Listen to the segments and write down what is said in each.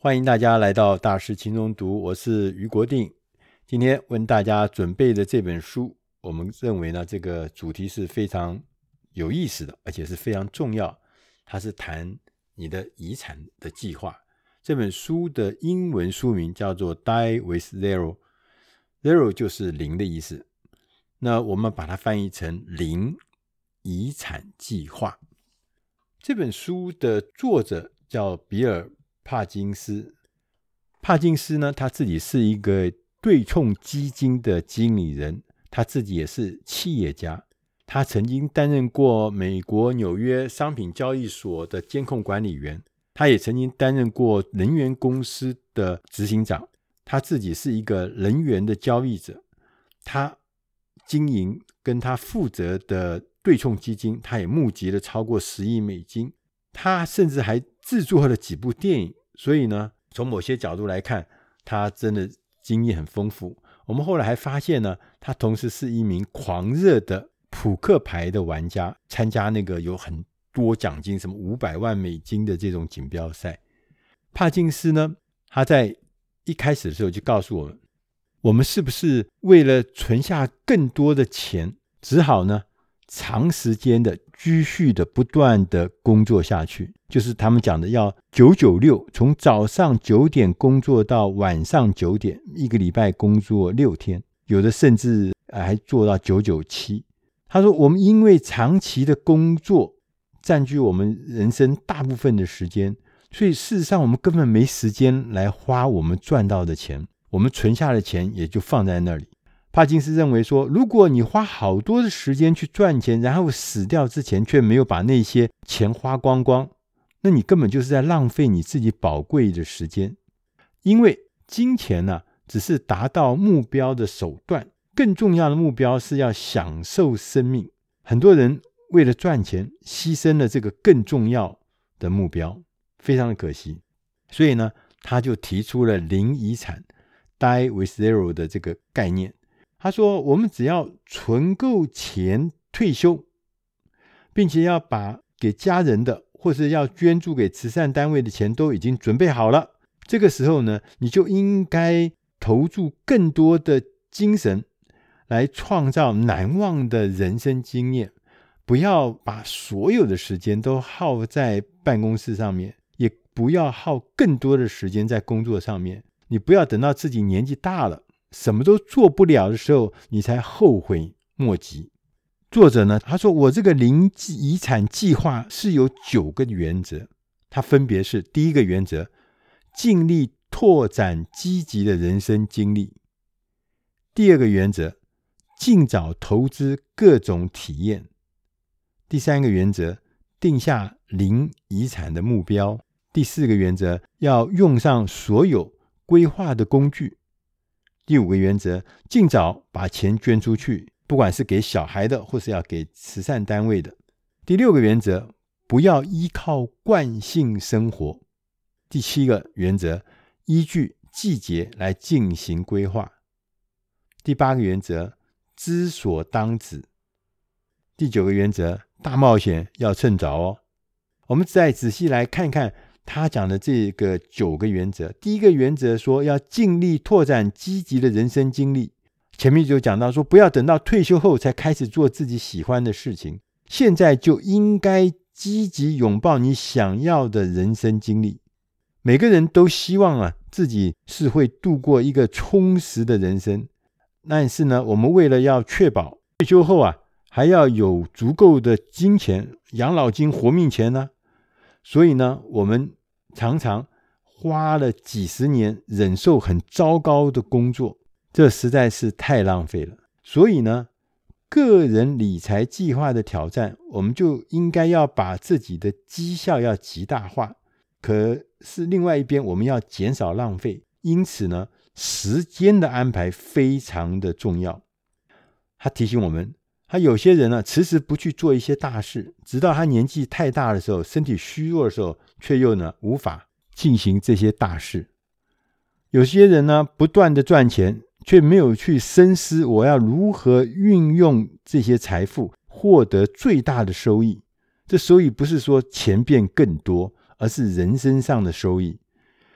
欢迎大家来到大师轻松读，我是余国定。今天为大家准备的这本书，我们认为呢，这个主题是非常有意思的，而且是非常重要。它是谈你的遗产的计划。这本书的英文书名叫做 Die with Zero， Zero 就是零的意思。那我们把它翻译成零遗产计划。这本书的作者叫比尔帕金斯。帕金斯呢，他自己是一个对冲基金的经理人，他自己也是企业家。他曾经担任过美国纽约商品交易所的监控管理员，他也曾经担任过能源公司的执行长。他自己是一个能源的交易者，他经营跟他负责的对冲基金，他也募集了超过10亿美金。他甚至还制作了几部电影，所以呢，从某些角度来看，他真的经验很丰富。我们后来还发现呢，他同时是一名狂热的扑克牌的玩家，参加那个有很多奖金，什么500万美金的这种锦标赛。帕金斯呢，他在一开始的时候就告诉我们，我们是不是为了存下更多的钱，只好呢长时间的继续的不断的工作下去，就是他们讲的要996，从早上9点工作到晚上9点，一个礼拜工作6天，有的甚至还做到997。他说我们因为长期的工作占据我们人生大部分的时间，所以事实上我们根本没时间来花我们赚到的钱，我们存下的钱也就放在那里。帕金斯认为说，如果你花好多的时间去赚钱，然后死掉之前却没有把那些钱花光光，那你根本就是在浪费你自己宝贵的时间。因为金钱呢，只是达到目标的手段，更重要的目标是要享受生命。很多人为了赚钱牺牲了这个更重要的目标，非常的可惜。所以呢，他就提出了零遗产 Die with Zero 的这个概念。他说我们只要存够钱退休，并且要把给家人的或是要捐助给慈善单位的钱都已经准备好了，这个时候呢，你就应该投注更多的精神来创造难忘的人生经验，不要把所有的时间都耗在办公室上面，也不要耗更多的时间在工作上面。你不要等到自己年纪大了，什么都做不了的时候，你才后悔莫及。作者呢，他说我这个零遗产计划是有9个原则，它分别是：第一个原则，尽力拓展积极的人生经历；第二个原则，尽早投资各种体验；第三个原则，定下零遗产的目标；第四个原则，要用上所有规划的工具；第5个原则，尽早把钱捐出去，不管是给小孩的或是要给慈善单位的。第6个原则，不要依靠惯性生活。第7个原则，依据季节来进行规划。第8个原则，知所当止。第9个原则，大冒险要趁早哦。我们再仔细来看看他讲的这个9个原则。第一个原则说要尽力拓展积极的人生经历，前面就讲到说不要等到退休后才开始做自己喜欢的事情，现在就应该积极拥抱你想要的人生经历。每个人都希望自己是会度过一个充实的人生，但是呢，我们为了要确保退休后还要有足够的金钱，养老金、活命钱呢，所以呢，我们常常花了几十年忍受很糟糕的工作，这实在是太浪费了。所以呢，个人理财计划的挑战，我们就应该要把自己的绩效要极大化，可是另外一边我们要减少浪费，因此呢，时间的安排非常的重要。他提醒我们，他有些人迟迟不去做一些大事，直到他年纪太大的时候，身体虚弱的时候，却又无法进行这些大事。有些人不断的赚钱，却没有去深思我要如何运用这些财富，获得最大的收益。这收益不是说钱变更多，而是人生上的收益。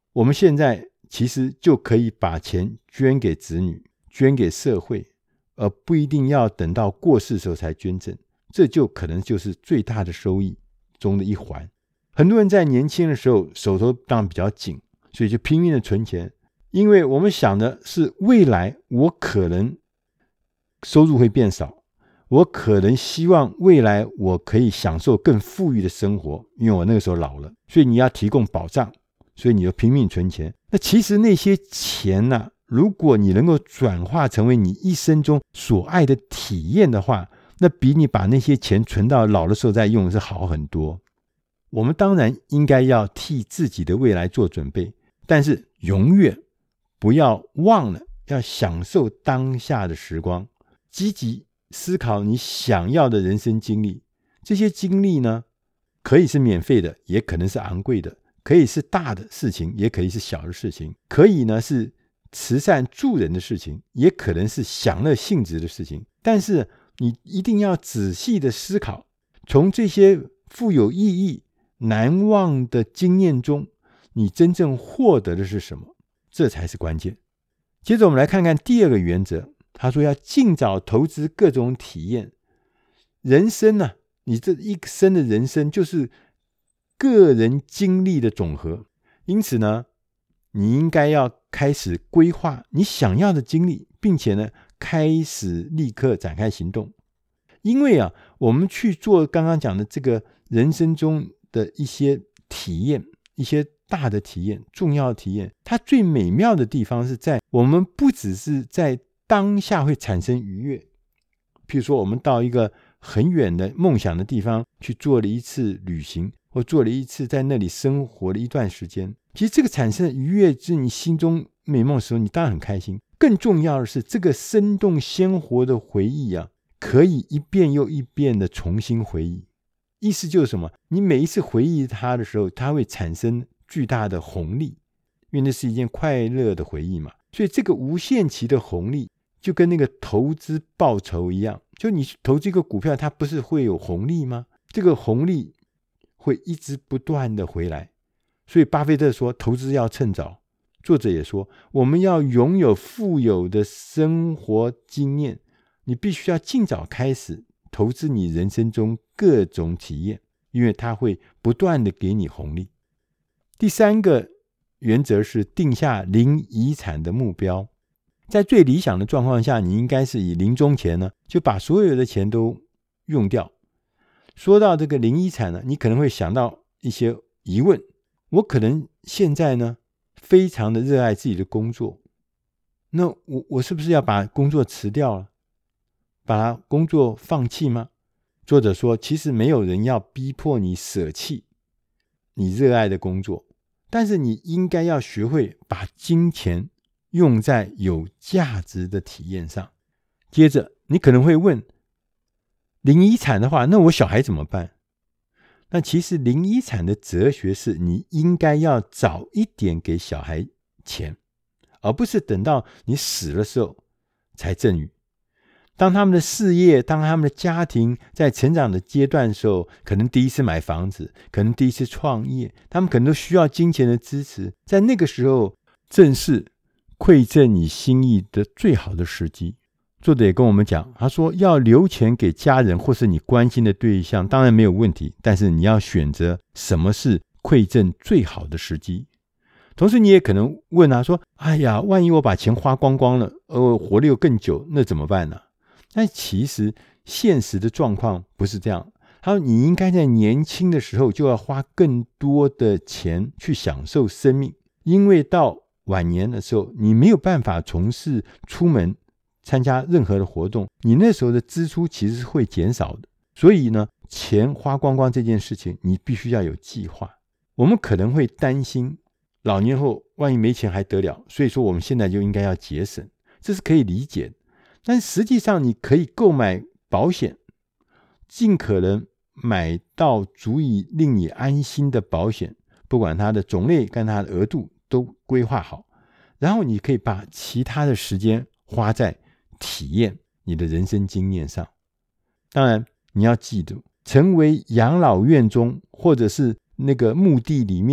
我们现在其实就可以把钱捐给子女，捐给社会，而不一定要等到过世的时候才捐赠，这就可能就是最大的收益中的一环。很多人在年轻的时候手头当然比较紧，所以就拼命的存钱，因为我们想的是未来我可能收入会变少，我可能希望未来我可以享受更富裕的生活，因为我那个时候老了，所以你要提供保障，所以你就拼命存钱。那其实那些钱啊，如果你能够转化成为你一生中所爱的体验的话，那比你把那些钱存到老的时候再用是好很多。我们当然应该要替自己的未来做准备，但是永远不要忘了要享受当下的时光，积极思考你想要的人生经历。这些经历呢，可以是免费的，也可能是昂贵的，可以是大的事情，也可以是小的事情，可以呢是慈善助人的事情，也可能是享乐性质的事情。但是你一定要仔细的思考，从这些富有意义难忘的经验中，你真正获得的是什么？这才是关键。接着我们来看看第二个原则，他说要尽早投资各种体验。人生呢，你这一生的人生就是个人经历的总和，因此呢，你应该要开始规划你想要的经历，并且呢，开始立刻展开行动。因为啊，我们去做刚刚讲的这个人生中的一些体验，一些大的体验，重要的体验，它最美妙的地方是在我们不只是在当下会产生愉悦。譬如说我们到一个很远的梦想的地方去做了一次旅行，或做了一次在那里生活了一段时间，其实这个产生的愉悦是你心中美梦的时候，你当然很开心。更重要的是这个生动鲜活的回忆啊，可以一遍又一遍的重新回忆。意思就是什么？你每一次回忆它的时候，它会产生巨大的红利，因为那是一件快乐的回忆嘛。所以这个无限期的红利就跟那个投资报酬一样，就你投资一个股票，它不是会有红利吗？这个红利会一直不断的回来。所以巴菲特说投资要趁早，作者也说我们要拥有富有的生活经验，你必须要尽早开始投资你人生中各种体验，因为它会不断的给你红利。第三个原则是定下零遗产的目标。在最理想的状况下，你应该是以临终前呢，就把所有的钱都用掉。说到这个零遗产呢，你可能会想到一些疑问。我可能现在呢，非常的热爱自己的工作，那我是不是要把工作辞掉了，把它工作放弃吗？作者说，其实没有人要逼迫你舍弃你热爱的工作，但是你应该要学会把金钱用在有价值的体验上。接着你可能会问，零遗产的话，那我小孩怎么办？那其实零遗产的哲学是你应该要早一点给小孩钱，而不是等到你死的时候才赠予。当他们的事业，当他们的家庭在成长的阶段的时候，可能第一次买房子，可能第一次创业，他们可能都需要金钱的支持。在那个时候，正是馈赠你心意的最好的时机。作者也跟我们讲，他说要留钱给家人或是你关心的对象，当然没有问题，但是你要选择什么是馈赠最好的时机。同时你也可能问他说，哎呀，万一我把钱花光光了，活得又更久，那怎么办呢？但其实现实的状况不是这样。他说你应该在年轻的时候就要花更多的钱去享受生命，因为到晚年的时候，你没有办法从事出门参加任何的活动，你那时候的支出其实是会减少的。所以呢，钱花光光这件事情，你必须要有计划。我们可能会担心老年后万一没钱还得了，所以说我们现在就应该要节省，这是可以理解的。但实际上你可以购买保险，尽可能买到足以令你安心的保险，不管它的种类跟它的额度都规划好，然后你可以把其他的时间花在体验你的人生经验上。当然你要记住，成为养老院中或者是那个墓地里面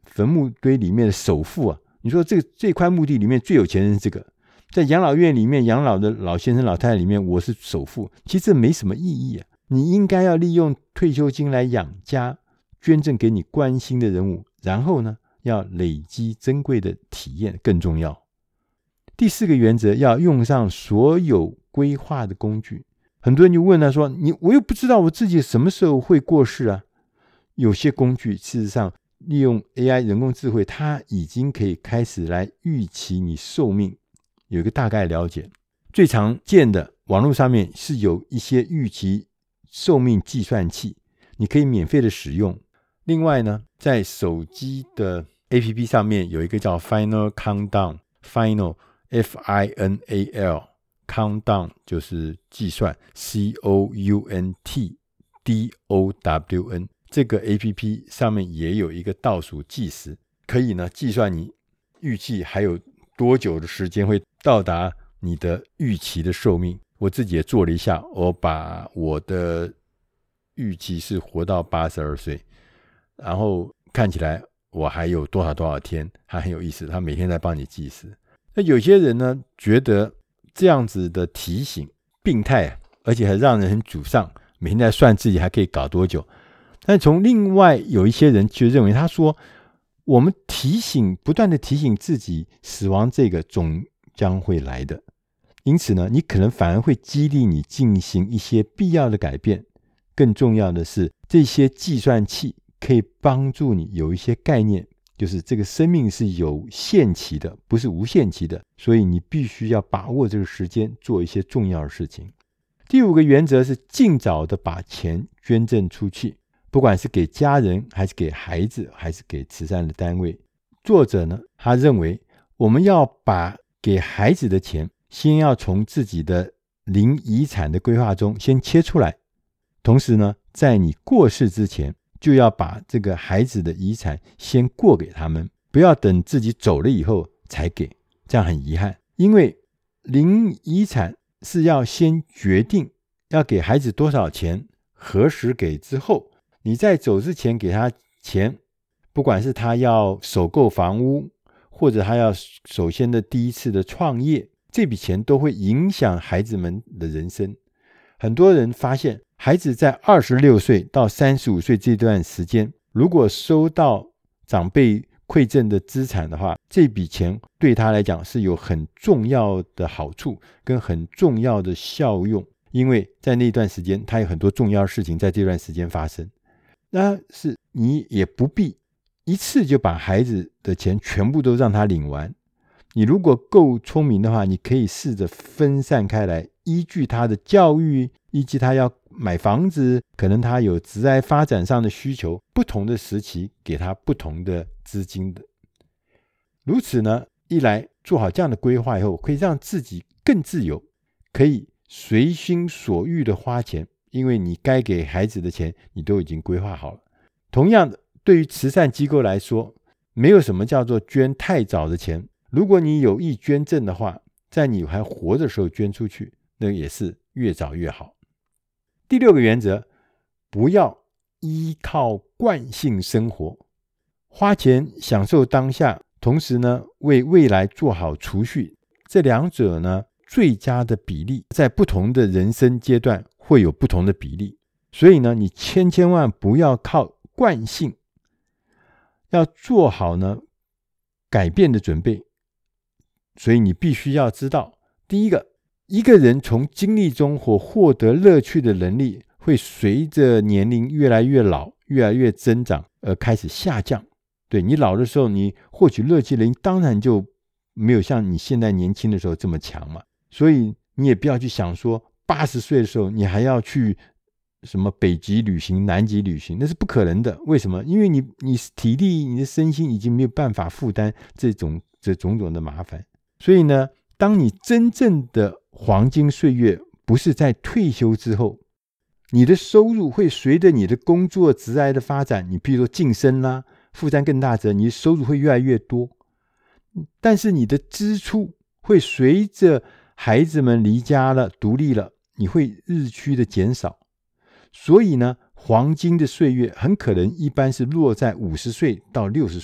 坟墓堆里面的首富啊，你说这块墓地里面最有钱人是这个，在养老院里面养老的老先生老太太里面我是首富，其实这没什么意义啊。你应该要利用退休金来养家，捐赠给你关心的人物，然后呢要累积珍贵的体验更重要。第4个原则，要用上所有规划的工具。很多人就问他说，我又不知道我自己什么时候会过世啊。有些工具事实上利用 AI 人工智慧，它已经可以开始来预期你寿命，有一个大概了解。最常见的网络上面是有一些预期寿命计算器，你可以免费的使用。另外呢，在手机的 APP 上面有一个叫 Final Countdown， Final Final Countdown 就是计算 COUNTDOWN， 这个 APP 上面也有一个倒数计时，可以呢计算你预计还有多久的时间会到达你的预期的寿命。我自己也做了一下，我把我的预期是活到82岁，然后看起来我还有多少天，还很有意思，他每天在帮你计时。那有些人呢觉得这样子的提醒病态，而且还让人很沮丧，每天在算自己还可以搞多久。但从另外有一些人就认为，他说我们不断的提醒自己死亡这个总将会来的，因此呢你可能反而会激励你进行一些必要的改变。更重要的是，这些计算器可以帮助你有一些概念，就是这个生命是有限期的，不是无限期的，所以你必须要把握这个时间做一些重要的事情。第5个原则是尽早的把钱捐赠出去，不管是给家人还是给孩子还是给慈善的单位。作者呢，他认为我们要把给孩子的钱先要从自己的零遗产的规划中先切出来，同时呢在你过世之前就要把这个孩子的遗产先过给他们，不要等自己走了以后才给，这样很遗憾。因为零遗产是要先决定要给孩子多少钱，何时给之后，你在走之前给他钱，不管是他要首购房屋，或者他要首先的第一次的创业，这笔钱都会影响孩子们的人生。很多人发现孩子在26岁到35岁这段时间，如果收到长辈馈赠的资产的话，这笔钱对他来讲是有很重要的好处跟很重要的效用，因为在那段时间他有很多重要的事情在这段时间发生。那是你也不必一次就把孩子的钱全部都让他领完，你如果够聪明的话，你可以试着分散开来，依据他的教育，依据他要买房子，可能他有职业发展上的需求，不同的时期给他不同的资金的。如此呢，一来做好这样的规划以后，可以让自己更自由，可以随心所欲的花钱，因为你该给孩子的钱你都已经规划好了。同样的，对于慈善机构来说，没有什么叫做捐太早的钱，如果你有意捐赠的话，在你还活的时候捐出去，那也是越早越好。第6个原则，不要依靠惯性生活，花钱享受当下，同时呢为未来做好储蓄，这两者呢最佳的比例在不同的人生阶段会有不同的比例，所以呢你千万不要靠惯性，要做好呢改变的准备。所以你必须要知道，第一个，一个人从经历中获得乐趣的能力会随着年龄越来越老，越来越增长而开始下降。对，你老的时候，你获取乐趣的能力当然就没有像你现在年轻的时候这么强嘛。所以你也不要去想说80岁的时候你还要去什么北极旅行南极旅行，那是不可能的。为什么？因为你体力你的身心已经没有办法负担这种种的麻烦。所以呢，当你真正的黄金岁月不是在退休之后，你的收入会随着你的工作职业的发展，你比如说晋升啦，负担更大者，你的收入会越来越多，但是你的支出会随着孩子们离家了独立了，你会日趋的减少。所以呢，黄金的岁月很可能一般是落在50岁到60岁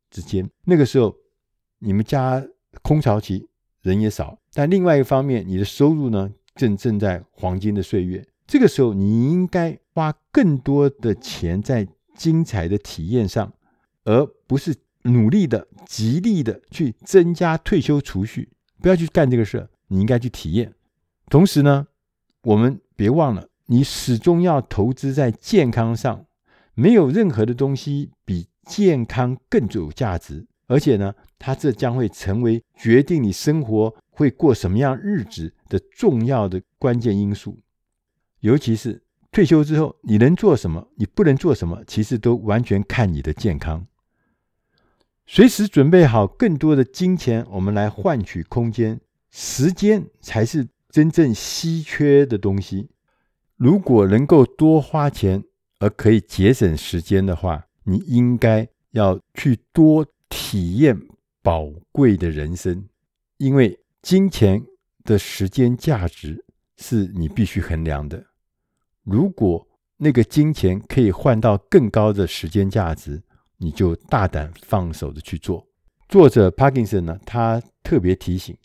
之间，那个时候你们家空巢期，人也少，但另外一方面你的收入呢正在黄金的岁月，这个时候你应该花更多的钱在精彩的体验上，而不是努力的极力的去增加退休储蓄，不要去干这个事，你应该去体验。同时呢，我们别忘了，你始终要投资在健康上，没有任何的东西比健康更有价值，而且呢，它这将会成为决定你生活会过什么样日子的重要的关键因素。尤其是退休之后，你能做什么，你不能做什么，其实都完全看你的健康。随时准备好更多的金钱，我们来换取空间，时间才是真正稀缺的东西。如果能够多花钱而可以节省时间的话，你应该要去多体验宝贵的人生，因为金钱的时间价值是你必须衡量的。如果那个金钱可以换到更高的时间价值，你就大胆放手的去做。作者 Parkinson 呢，他特别提醒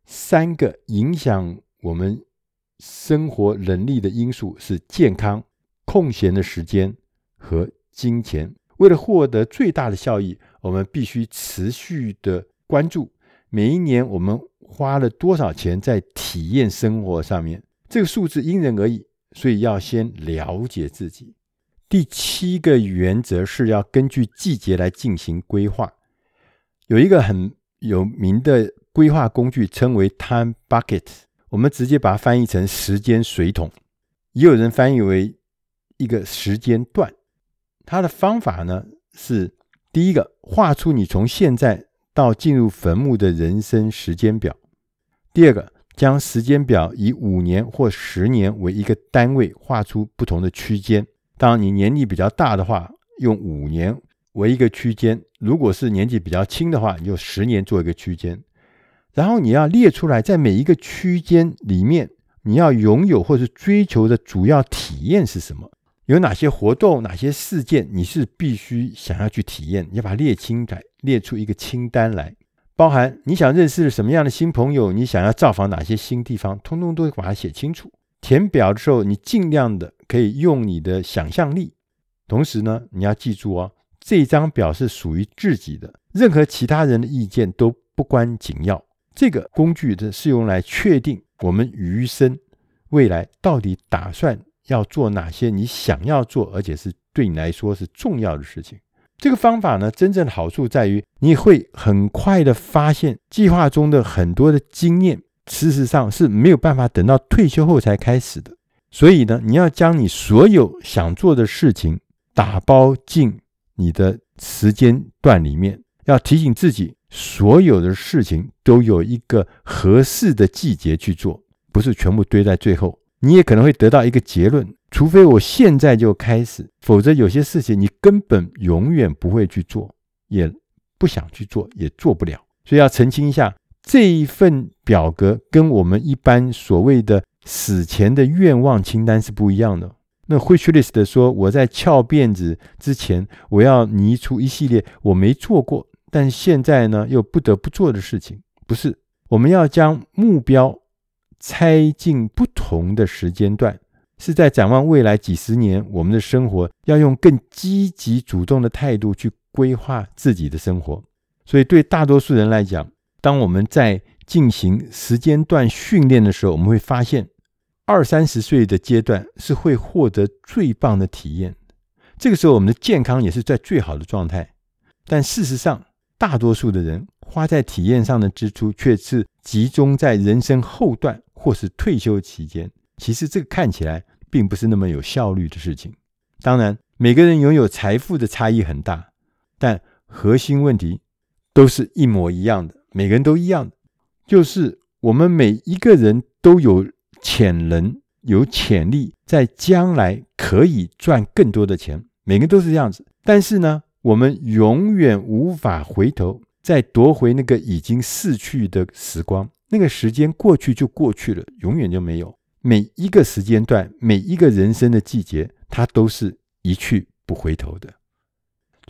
3个影响我们生活能力的因素是健康、空闲的时间和金钱。为了获得最大的效益，我们必须持续的关注每一年我们花了多少钱在体验生活上面，这个数字因人而异，所以要先了解自己。第7个原则是要根据季节来进行规划。有一个很有名的规划工具称为 Time Bucket， 我们直接把它翻译成时间水桶，也有人翻译为一个时间段。它的方法呢是：第一个，画出你从现在到进入坟墓的人生时间表；第二个，将时间表以5年或10年为一个单位，画出不同的区间。当然你年纪比较大的话，用5年为一个区间，如果是年纪比较轻的话，你就10年做一个区间。然后你要列出来，在每一个区间里面你要拥有或是追求的主要体验是什么，有哪些活动，哪些事件你是必须想要去体验，你要把它列清来，列出一个清单来，包含你想认识什么样的新朋友，你想要造访哪些新地方，通通都把它写清楚。填表的时候，你尽量的可以用你的想象力。同时呢，你要记住哦，这张表是属于自己的，任何其他人的意见都不关紧要。这个工具是用来确定我们余生未来到底打算要做哪些你想要做，而且是对你来说是重要的事情。这个方法呢，真正的好处在于你会很快的发现计划中的很多的经验事实上是没有办法等到退休后才开始的。所以呢，你要将你所有想做的事情打包进你的时间段里面，要提醒自己所有的事情都有一个合适的季节去做，不是全部堆在最后。你也可能会得到一个结论，除非我现在就开始，否则有些事情你根本永远不会去做，也不想去做，也做不了。所以要澄清一下，这一份表格跟我们一般所谓的死前的愿望清单是不一样的。那 wish list 说我在翘辫子之前我要拟出一系列我没做过但现在呢又不得不做的事情，不是，我们要将目标拆进不同的时间段，是在展望未来几十年，我们的生活要用更积极主动的态度去规划自己的生活。所以对大多数人来讲，当我们在进行时间段训练的时候，我们会发现20-30岁的阶段是会获得最棒的体验，这个时候我们的健康也是在最好的状态。但事实上，大多数的人花在体验上的支出却是集中在人生后段或是退休期间，其实这个看起来并不是那么有效率的事情。当然每个人拥有财富的差异很大，但核心问题都是一模一样的，每个人都一样的，就是我们每一个人都有潜能有潜力在将来可以赚更多的钱，每个人都是这样子。但是呢，我们永远无法回头再夺回那个已经逝去的时光，那个时间过去就过去了，永远就没有。每一个时间段，每一个人生的季节，它都是一去不回头的。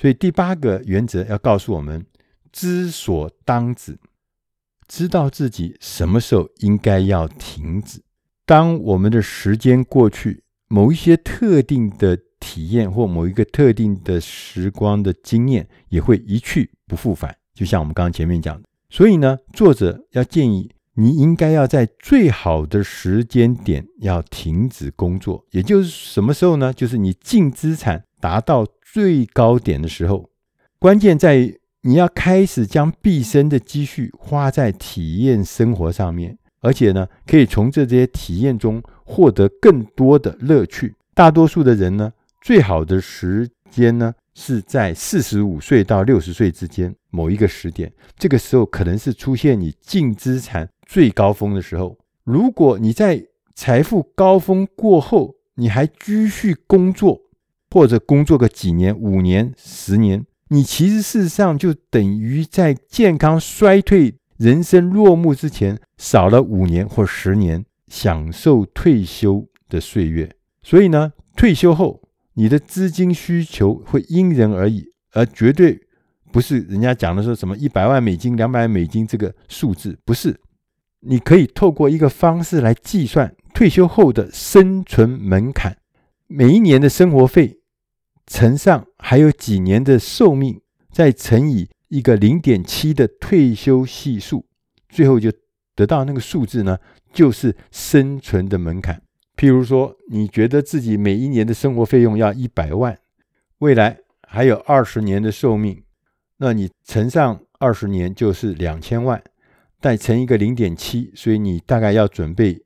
所以第8个原则要告诉我们，知所当止，知道自己什么时候应该要停止。当我们的时间过去，某一些特定的体验或某一个特定的时光的经验也会一去不复返，就像我们刚刚前面讲的。所以呢，作者要建议你应该要在最好的时间点要停止工作，也就是什么时候呢？就是你净资产达到最高点的时候。关键在于你要开始将毕生的积蓄花在体验生活上面，而且呢，可以从这些体验中获得更多的乐趣。大多数的人呢，最好的时间呢，是在45岁到60岁之间某一个时点，这个时候可能是出现你净资产最高峰的时候。如果你在财富高峰过后，你还继续工作，或者工作个几年、5年、10年，你其实事实上就等于在健康衰退、人生落幕之前少了5年或10年享受退休的岁月。所以呢，退休后你的资金需求会因人而异，而绝对不是人家讲的说什么100万美金、200万美金这个数字，不是。你可以透过一个方式来计算退休后的生存门槛，每一年的生活费乘上还有几年的寿命，再乘以一个 0.7 的退休系数，最后就得到那个数字呢，就是生存的门槛。譬如说，你觉得自己每一年的生活费用要100万，未来还有20年的寿命，那你乘上20年就是2000万，再乘一个 0.7， 所以你大概要准备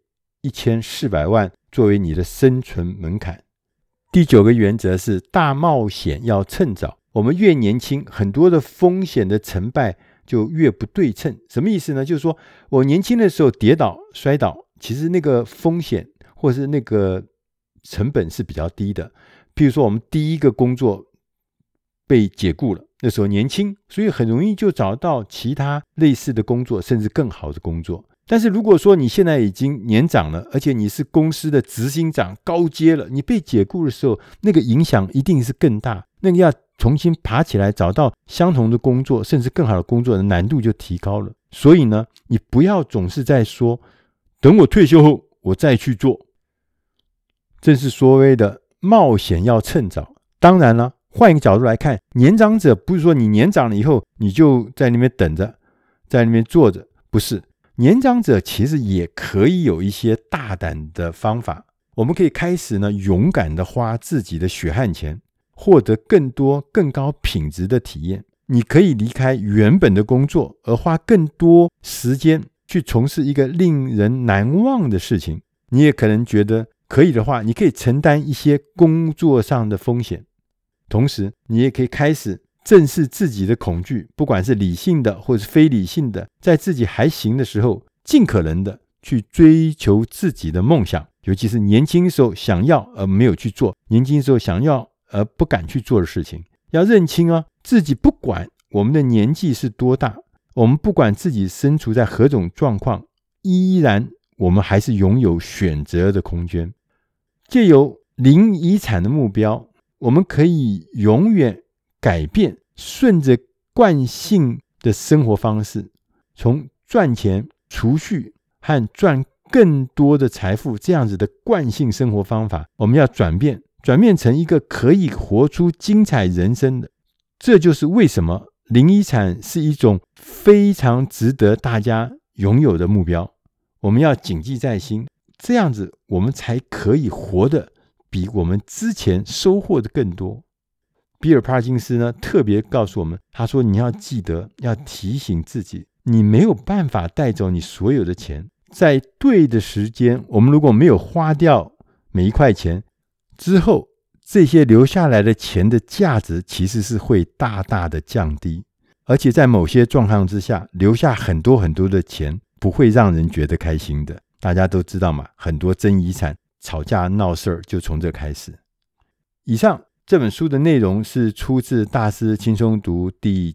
1400万作为你的生存门槛。第9个原则是大冒险要趁早。我们越年轻，很多的风险的成败就越不对称。什么意思呢？就是说我年轻的时候跌倒摔倒，其实那个风险或是那个成本是比较低的。譬如说我们第一个工作被解雇了，那时候年轻，所以很容易就找到其他类似的工作，甚至更好的工作。但是如果说你现在已经年长了，而且你是公司的执行长高阶了，你被解雇的时候，那个影响一定是更大，那个要重新爬起来找到相同的工作甚至更好的工作的难度就提高了。所以呢，你不要总是在说等我退休后我再去做，正是所谓的冒险要趁早。当然了，换一个角度来看，年长者不是说你年长了以后你就在那边等着，在那边坐着，不是。年长者其实也可以有一些大胆的方法，我们可以开始呢，勇敢的花自己的血汗钱，获得更多更高品质的体验。你可以离开原本的工作，而花更多时间去从事一个令人难忘的事情。你也可能觉得可以的话，你可以承担一些工作上的风险，同时你也可以开始正视自己的恐惧，不管是理性的或是非理性的，在自己还行的时候，尽可能的去追求自己的梦想，尤其是年轻时候想要而没有去做，年轻时候想要而不敢去做的事情。要认清自己不管我们的年纪是多大，我们不管自己身处在何种状况，依然我们还是拥有选择的空间。藉由零遗产的目标，我们可以永远改变顺着惯性的生活方式，从赚钱、储蓄和赚更多的财富这样子的惯性生活方法，我们要转变成一个可以活出精彩人生的。这就是为什么零遗产是一种非常值得大家拥有的目标，我们要谨记在心，这样子我们才可以活得比我们之前收获的更多。比尔·帕金斯呢，特别告诉我们，他说你要记得，要提醒自己，你没有办法带走你所有的钱，在对的时间，我们如果没有花掉每一块钱之后，这些留下来的钱的价值其实是会大大的降低，而且在某些状况之下，留下很多很多的钱不会让人觉得开心的。大家都知道嘛，很多争遗产吵架闹事儿就从这开始。以上这本书的内容是出自大师轻松读第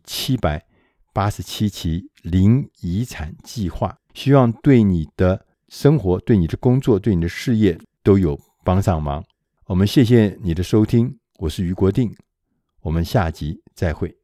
787期零遗产计划，希望对你的生活、对你的工作、对你的事业都有帮上忙。我们谢谢你的收听，我是余国定，我们下集再见。 再会。